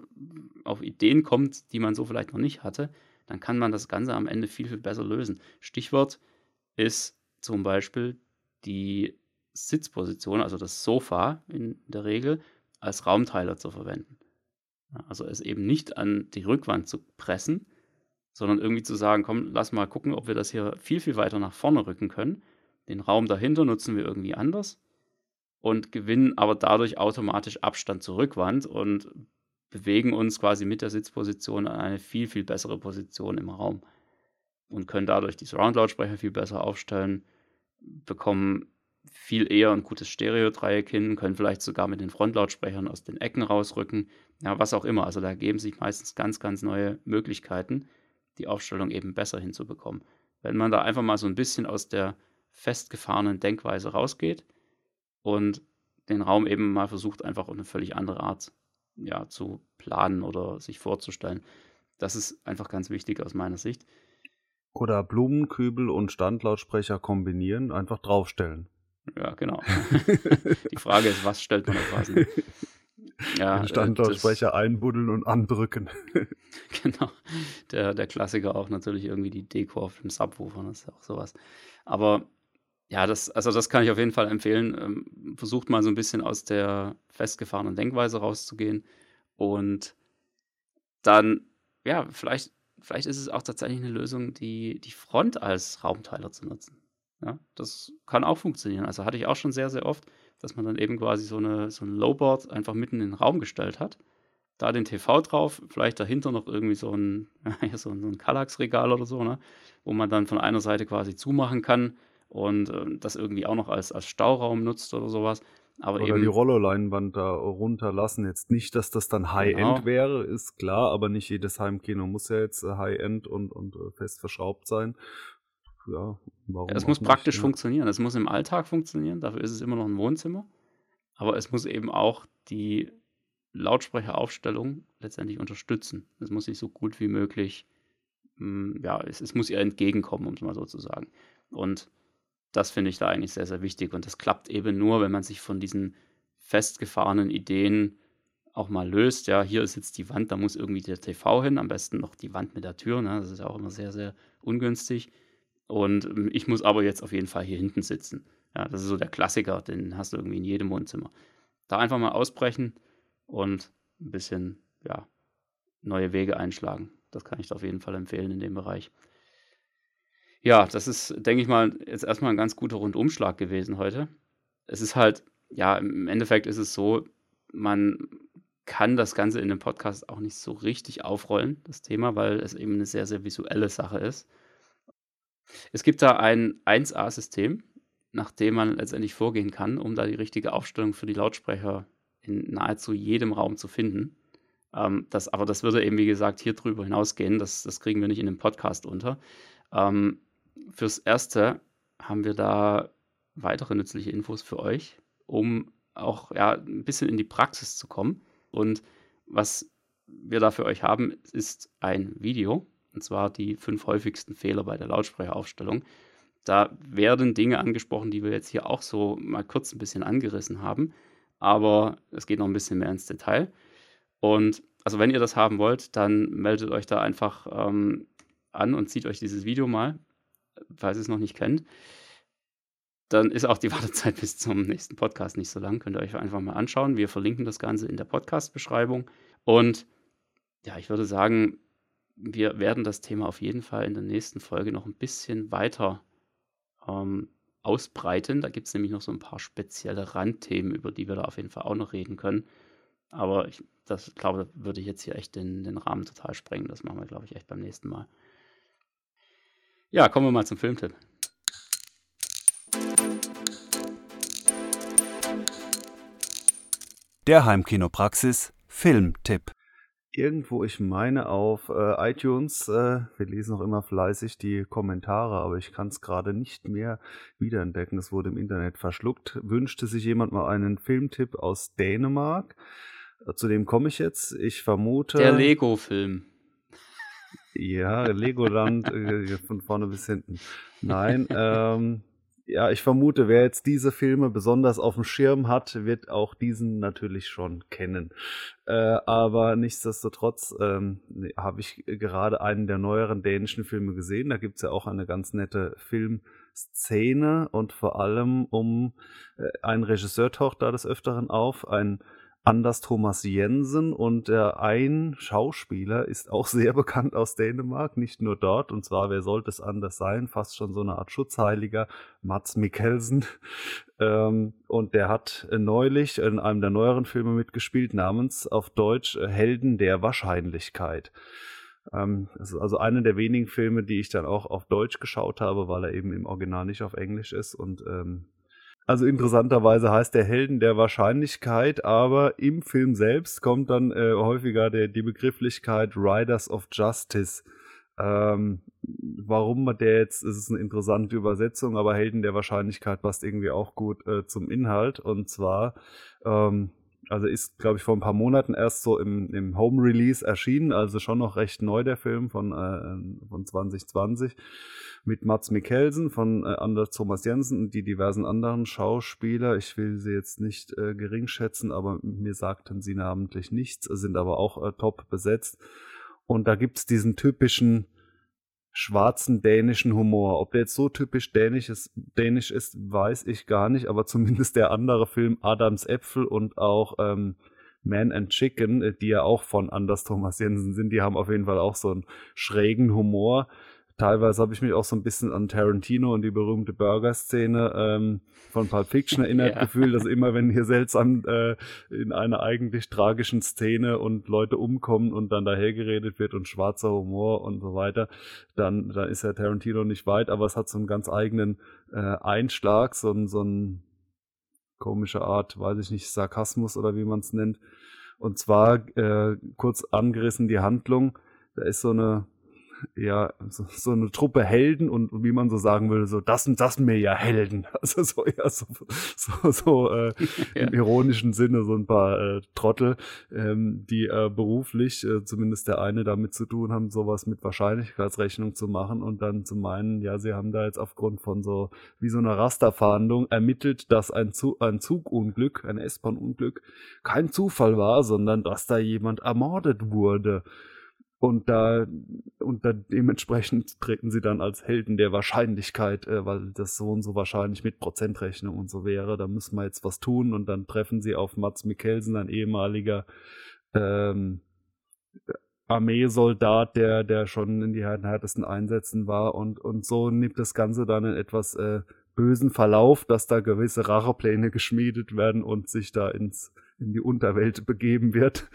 auf Ideen kommt, die man so vielleicht noch nicht hatte, dann kann man das Ganze am Ende viel, viel besser lösen. Stichwort ist zum Beispiel die Sitzposition, also das Sofa in der Regel, als Raumteiler zu verwenden. Ja, also es eben nicht an die Rückwand zu pressen, sondern irgendwie zu sagen: „Komm, lass mal gucken, ob wir das hier viel, viel weiter nach vorne rücken können. Den Raum dahinter nutzen wir irgendwie anders und gewinnen aber dadurch automatisch Abstand zur Rückwand und bewegen uns quasi mit der Sitzposition an eine viel, viel bessere Position im Raum und können dadurch die Surround-Lautsprecher viel besser aufstellen, bekommen viel eher ein gutes Stereodreieck hin, können vielleicht sogar mit den Frontlautsprechern aus den Ecken rausrücken, ja, was auch immer. Also, da ergeben sich meistens ganz, ganz neue Möglichkeiten, die Aufstellung eben besser hinzubekommen. Wenn man da einfach mal so ein bisschen aus der festgefahrenen Denkweise rausgeht und den Raum eben mal versucht, einfach auf 'ne völlig andere Art, ja, zu planen oder sich vorzustellen. Das ist einfach ganz wichtig aus meiner Sicht. Oder Blumenkübel und Standlautsprecher kombinieren, einfach draufstellen. Ja, genau. Die Frage ist, was stellt man auf was, ne? Ja, Den das Standlautsprecher einbuddeln und andrücken. genau. Der Klassiker auch natürlich irgendwie die Deko auf dem Subwoofer, das ist ja auch so was. Aber ja, das kann ich auf jeden Fall empfehlen. Versucht mal so 'n bisschen aus der festgefahrenen Denkweise rauszugehen und dann, ja, vielleicht ist es auch tatsächlich 'ne Lösung, die Front als Raumteiler zu nutzen. Ja, das kann auch funktionieren. Also, hatte ich auch schon sehr, sehr oft, dass man dann eben quasi so 'n Lowboard einfach mitten in den Raum gestellt hat, da den TV drauf, vielleicht dahinter noch irgendwie so 'n ja, so 'n Kallax-Regal oder so, ne, wo man dann von einer Seite quasi zumachen kann und, das irgendwie auch noch als Stauraum nutzt oder so was. Aber Oder die eben Rollo-Leinwand da runterlassen. Jetzt nicht, dass das dann High-End genau. wäre, ist klar, aber nicht jedes Heimkino muss ja jetzt High-End und fest verschraubt sein. Ja, Ja, warum es auch muss nicht, praktisch ja. funktionieren. Es muss im Alltag funktionieren, dafür ist es immer noch 'n Wohnzimmer, aber es muss eben auch die Lautsprecheraufstellung letztendlich unterstützen. Es muss sich so gut wie möglich ja, es muss ihr entgegenkommen, um's mal so zu sagen. Und das finde ich da eigentlich sehr, sehr wichtig und das klappt eben nur, wenn man sich von diesen festgefahrenen Ideen auch mal löst. Ja, hier ist jetzt die Wand, da muss irgendwie der TV hin, am besten noch die Wand mit der Tür, ne? Das ist ja auch immer sehr, sehr ungünstig. Und, ich muss aber jetzt auf jeden Fall hier hinten sitzen. Ja, das ist so der Klassiker, den hast du irgendwie in jedem Wohnzimmer. Da einfach mal ausbrechen und ein bisschen, ja, neue Wege einschlagen. Das kann ich dir auf jeden Fall empfehlen in dem Bereich. Ja, das ist, denke ich mal, jetzt erstmal ein ganz guter Rundumschlag gewesen heute. Es ist halt ja, im Endeffekt ist es so, man kann das Ganze in dem Podcast auch nicht so richtig aufrollen, das Thema, weil es eben eine sehr, sehr visuelle Sache ist. Es gibt da ein 1A-System, nach dem man letztendlich vorgehen kann, um da die richtige Aufstellung für die Lautsprecher in nahezu jedem Raum zu finden. Das würde eben, wie gesagt, hier drüber hinausgehen. Das kriegen wir nicht in dem Podcast unter. Ähm, Fürs Erste haben wir da weitere nützliche Infos für euch, um auch, ja, 'n bisschen in die Praxis zu kommen. Und was wir da für euch haben, ist ein Video, und zwar die 5 häufigsten Fehler bei der Lautsprecheraufstellung. Da werden Dinge angesprochen, die wir jetzt hier auch so mal kurz 'n bisschen angerissen haben, aber es geht noch 'n bisschen mehr ins Detail. Und also, wenn ihr das haben wollt, dann meldet euch da einfach, an und zieht euch dieses Video mal, falls ihr's noch nicht kennt. Dann ist auch die Wartezeit bis zum nächsten Podcast nicht so lang. Könnt ihr euch einfach mal anschauen. Wir verlinken das Ganze in der Podcast-Beschreibung. Und ja, ich würde sagen, wir werden das Thema auf jeden Fall in der nächsten Folge noch 'n bisschen weiter, ausbreiten. Da gibt's nämlich noch so 'n paar spezielle Randthemen, über die wir da auf jeden Fall auch noch reden können. Aber ich glaube, da würde ich jetzt hier echt den Rahmen total sprengen. Das machen wir, glaube ich, echt beim nächsten Mal. Ja, kommen wir mal zum Filmtipp. Der Heimkinopraxis Filmtipp. Irgendwo, ich meine auf iTunes, wir lesen auch immer fleißig die Kommentare, aber ich kann es gerade nicht mehr wiederentdecken. Es wurde im Internet verschluckt. Wünschte sich jemand mal einen Filmtipp aus Dänemark? Zu dem komme ich jetzt. Ich vermute... Der Lego-Film. Ja, Legoland, von vorne bis hinten. Nein, ja, ich vermute, wer jetzt diese Filme besonders auf dem Schirm hat, wird auch diesen natürlich schon kennen. Aber nichtsdestotrotz habe ich gerade einen der neueren dänischen Filme gesehen. Da gibt's ja auch eine ganz nette Filmszene und vor allem ein Regisseur taucht da des Öfteren auf, ein Anders Thomas Jensen, und ein Schauspieler ist auch sehr bekannt aus Dänemark, nicht nur dort, und zwar, wer sollte es anders sein, fast schon so eine Art Schutzheiliger, Mads Mikkelsen, und der hat neulich in einem der neueren Filme mitgespielt, namens auf Deutsch Helden der Wahrscheinlichkeit. Das ist also einer der wenigen Filme, die ich dann auch auf Deutsch geschaut habe, weil er eben im Original nicht auf Englisch ist, und also interessanterweise heißt der Helden der Wahrscheinlichkeit, aber im Film selbst kommt dann häufiger die Begrifflichkeit Riders of Justice. Warum der jetzt, es ist eine interessante Übersetzung, aber Helden der Wahrscheinlichkeit passt irgendwie auch gut zum Inhalt. Und zwar, also ist, glaube ich, vor ein paar Monaten erst so im Home-Release erschienen, also schon noch recht neu der Film von 2020. Mit Mads Mikkelsen von Anders Thomas Jensen und die diversen anderen Schauspieler. Ich will sie jetzt nicht gering schätzen, aber mir sagten sie namentlich nichts, sind aber auch top besetzt. Und da gibt's diesen typischen schwarzen dänischen Humor. Ob der jetzt so typisch dänisch ist, weiß ich gar nicht, aber zumindest der andere Film Adams Äpfel und auch Man and Chicken, die ja auch von Anders Thomas Jensen sind, die haben auf jeden Fall auch so einen schrägen Humor. Teilweise habe ich mich auch so ein bisschen an Tarantino und die berühmte Burger-Szene von Pulp Fiction erinnert gefühlt, dass immer, wenn hier seltsam in einer eigentlich tragischen Szene und Leute umkommen und dann dahergeredet wird und schwarzer Humor und so weiter, dann ist ja Tarantino nicht weit, aber es hat so einen ganz eigenen Einschlag, so ein komische Art, weiß ich nicht, Sarkasmus oder wie man es nennt. Und zwar kurz angerissen die Handlung, da ist so eine Truppe Helden und wie man so sagen würde, so das sind mir ja Helden. Also so eher im ironischen Sinne so ein paar Trottel, die beruflich, zumindest der eine, damit zu tun haben, sowas mit Wahrscheinlichkeitsrechnung zu machen und dann zu meinen, ja, sie haben da jetzt aufgrund von so wie so einer Rasterfahndung ermittelt, dass ein Zugunglück, ein S-Bahn-Unglück kein Zufall war, sondern dass da jemand ermordet wurde. Und dementsprechend treten sie dann als Helden der Wahrscheinlichkeit, weil das so und so wahrscheinlich mit Prozentrechnung und so wäre. Da müssen wir jetzt was tun. Und dann treffen sie auf Mads Mikkelsen, ein ehemaliger Armeesoldat, der schon in die härtesten Einsätzen war. Und so nimmt das Ganze dann einen etwas bösen Verlauf, dass da gewisse Rachepläne geschmiedet werden und sich da in die Unterwelt begeben wird.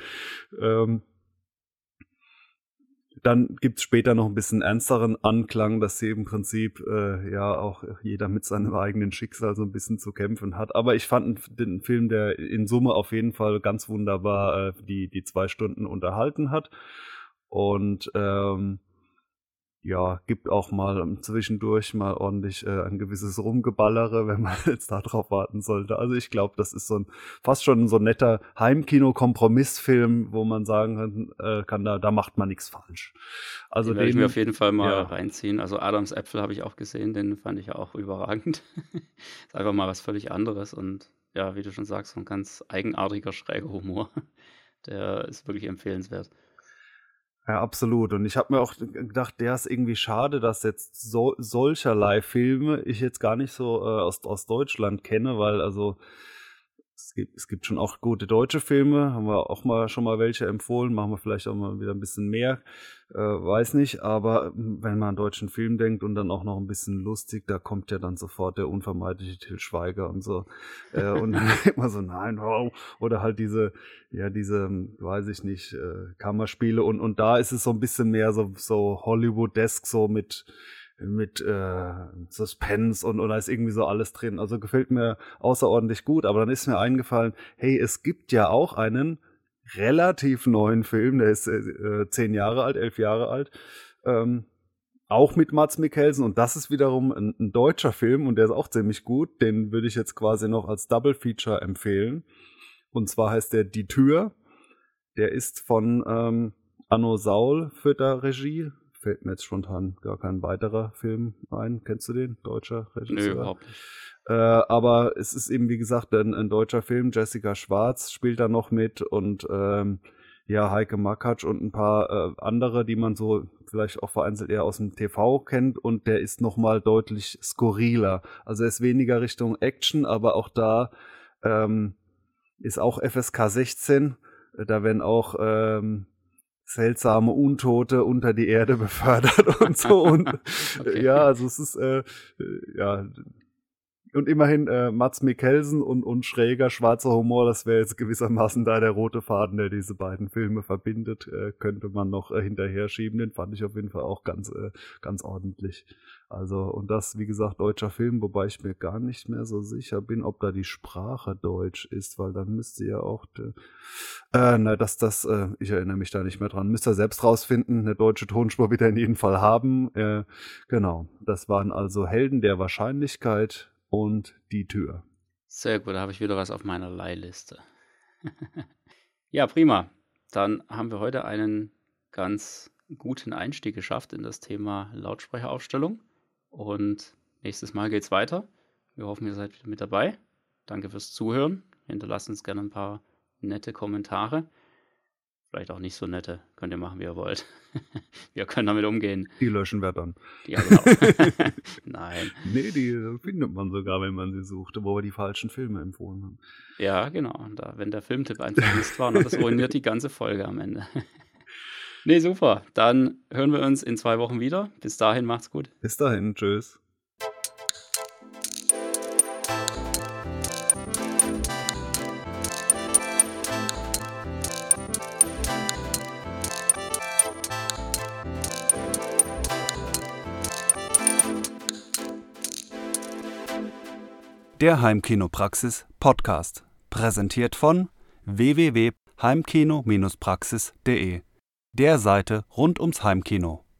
Dann gibt's später noch ein bisschen ernsteren Anklang, dass sie im Prinzip auch jeder mit seinem eigenen Schicksal so ein bisschen zu kämpfen hat. Aber ich fand den Film, der in Summe auf jeden Fall ganz wunderbar die 2 Stunden unterhalten hat. Und ja, gibt auch mal zwischendurch mal ordentlich ein gewisses Rumgeballere, wenn man jetzt da drauf warten sollte. Also ich glaube, das ist fast schon so ein netter Heimkino-Kompromissfilm, wo man sagen kann, da macht man nichts falsch. Also Den werde ich mir auf jeden Fall mal reinziehen. Also Adams Äpfel habe ich auch gesehen, den fand ich ja auch überragend. Ist einfach mal was völlig anderes und ja, wie du schon sagst, so ein ganz eigenartiger, schräger Humor. Der ist wirklich empfehlenswert. Ja, absolut. Und ich habe mir auch gedacht, der ist irgendwie schade, dass jetzt solcherlei Filme ich jetzt gar nicht so aus Deutschland kenne, weil also es gibt schon auch gute deutsche Filme, haben wir auch schon mal welche empfohlen, machen wir vielleicht auch mal wieder ein bisschen mehr, weiß nicht, aber wenn man an deutschen Film denkt und dann auch noch ein bisschen lustig, da kommt ja dann sofort der unvermeidliche Til Schweiger und so und dann immer so, nein, wow. Oder halt diese, weiß ich nicht, Kammerspiele und da ist es so ein bisschen mehr so Hollywood-desk, so mit Suspense und da ist irgendwie so alles drin. Also gefällt mir außerordentlich gut, aber dann ist mir eingefallen, hey, es gibt ja auch einen relativ neuen Film, der ist 11 Jahre alt, auch mit Mads Mikkelsen und das ist wiederum ein deutscher Film und der ist auch ziemlich gut. Den würde ich jetzt quasi noch als Double Feature empfehlen. Und zwar heißt der Die Tür. Der ist von Anno Saul für der Regie. Fällt mir jetzt spontan gar kein weiterer Film ein. Kennst du den? Deutscher Regisseur? Nö, überhaupt nicht. Aber es ist eben, wie gesagt, ein deutscher Film. Jessica Schwarz spielt da noch mit und Heike Makatsch und ein paar andere, die man so vielleicht auch vereinzelt eher aus dem TV kennt. Und der ist nochmal deutlich skurriler. Also er ist weniger Richtung Action, aber auch da ist auch FSK 16. Da werden auch seltsame Untote unter die Erde befördert und so. Und Okay. ja, also es ist und immerhin Mads Mikkelsen und schräger schwarzer Humor, das wäre jetzt gewissermaßen da der rote Faden, der diese beiden Filme verbindet, könnte man noch hinterher schieben. Den fand ich auf jeden Fall auch ganz ordentlich. Also, und das, wie gesagt, deutscher Film, wobei ich mir gar nicht mehr so sicher bin, ob da die Sprache Deutsch ist, weil dann müsste ja auch ich erinnere mich da nicht mehr dran. Müsst ihr selbst rausfinden, eine deutsche Tonspur wird er in jedem Fall haben. Genau, das waren also Helden der Wahrscheinlichkeit und Die Tür. Sehr gut, da habe ich wieder was auf meiner Leihliste. Ja, prima. Dann haben wir heute einen ganz guten Einstieg geschafft in das Thema Lautsprecheraufstellung. Und nächstes Mal geht's weiter. Wir hoffen, ihr seid wieder mit dabei. Danke fürs Zuhören. Hinterlasst uns gerne ein paar nette Kommentare. Vielleicht auch nicht so nette. Könnt ihr machen, wie ihr wollt. Wir können damit umgehen. Die löschen wir dann. Ja, genau. Nein. Nee, die findet man sogar, wenn man sie sucht, wo wir die falschen Filme empfohlen haben. Ja, genau. Und wenn der Filmtipp einfach Mist war, das ruiniert die ganze Folge am Ende. Nee, super. Dann hören wir uns in 2 Wochen wieder. Bis dahin, macht's gut. Bis dahin, tschüss. Der Heimkinopraxis Podcast, präsentiert von www.heimkino-praxis.de, der Seite rund ums Heimkino.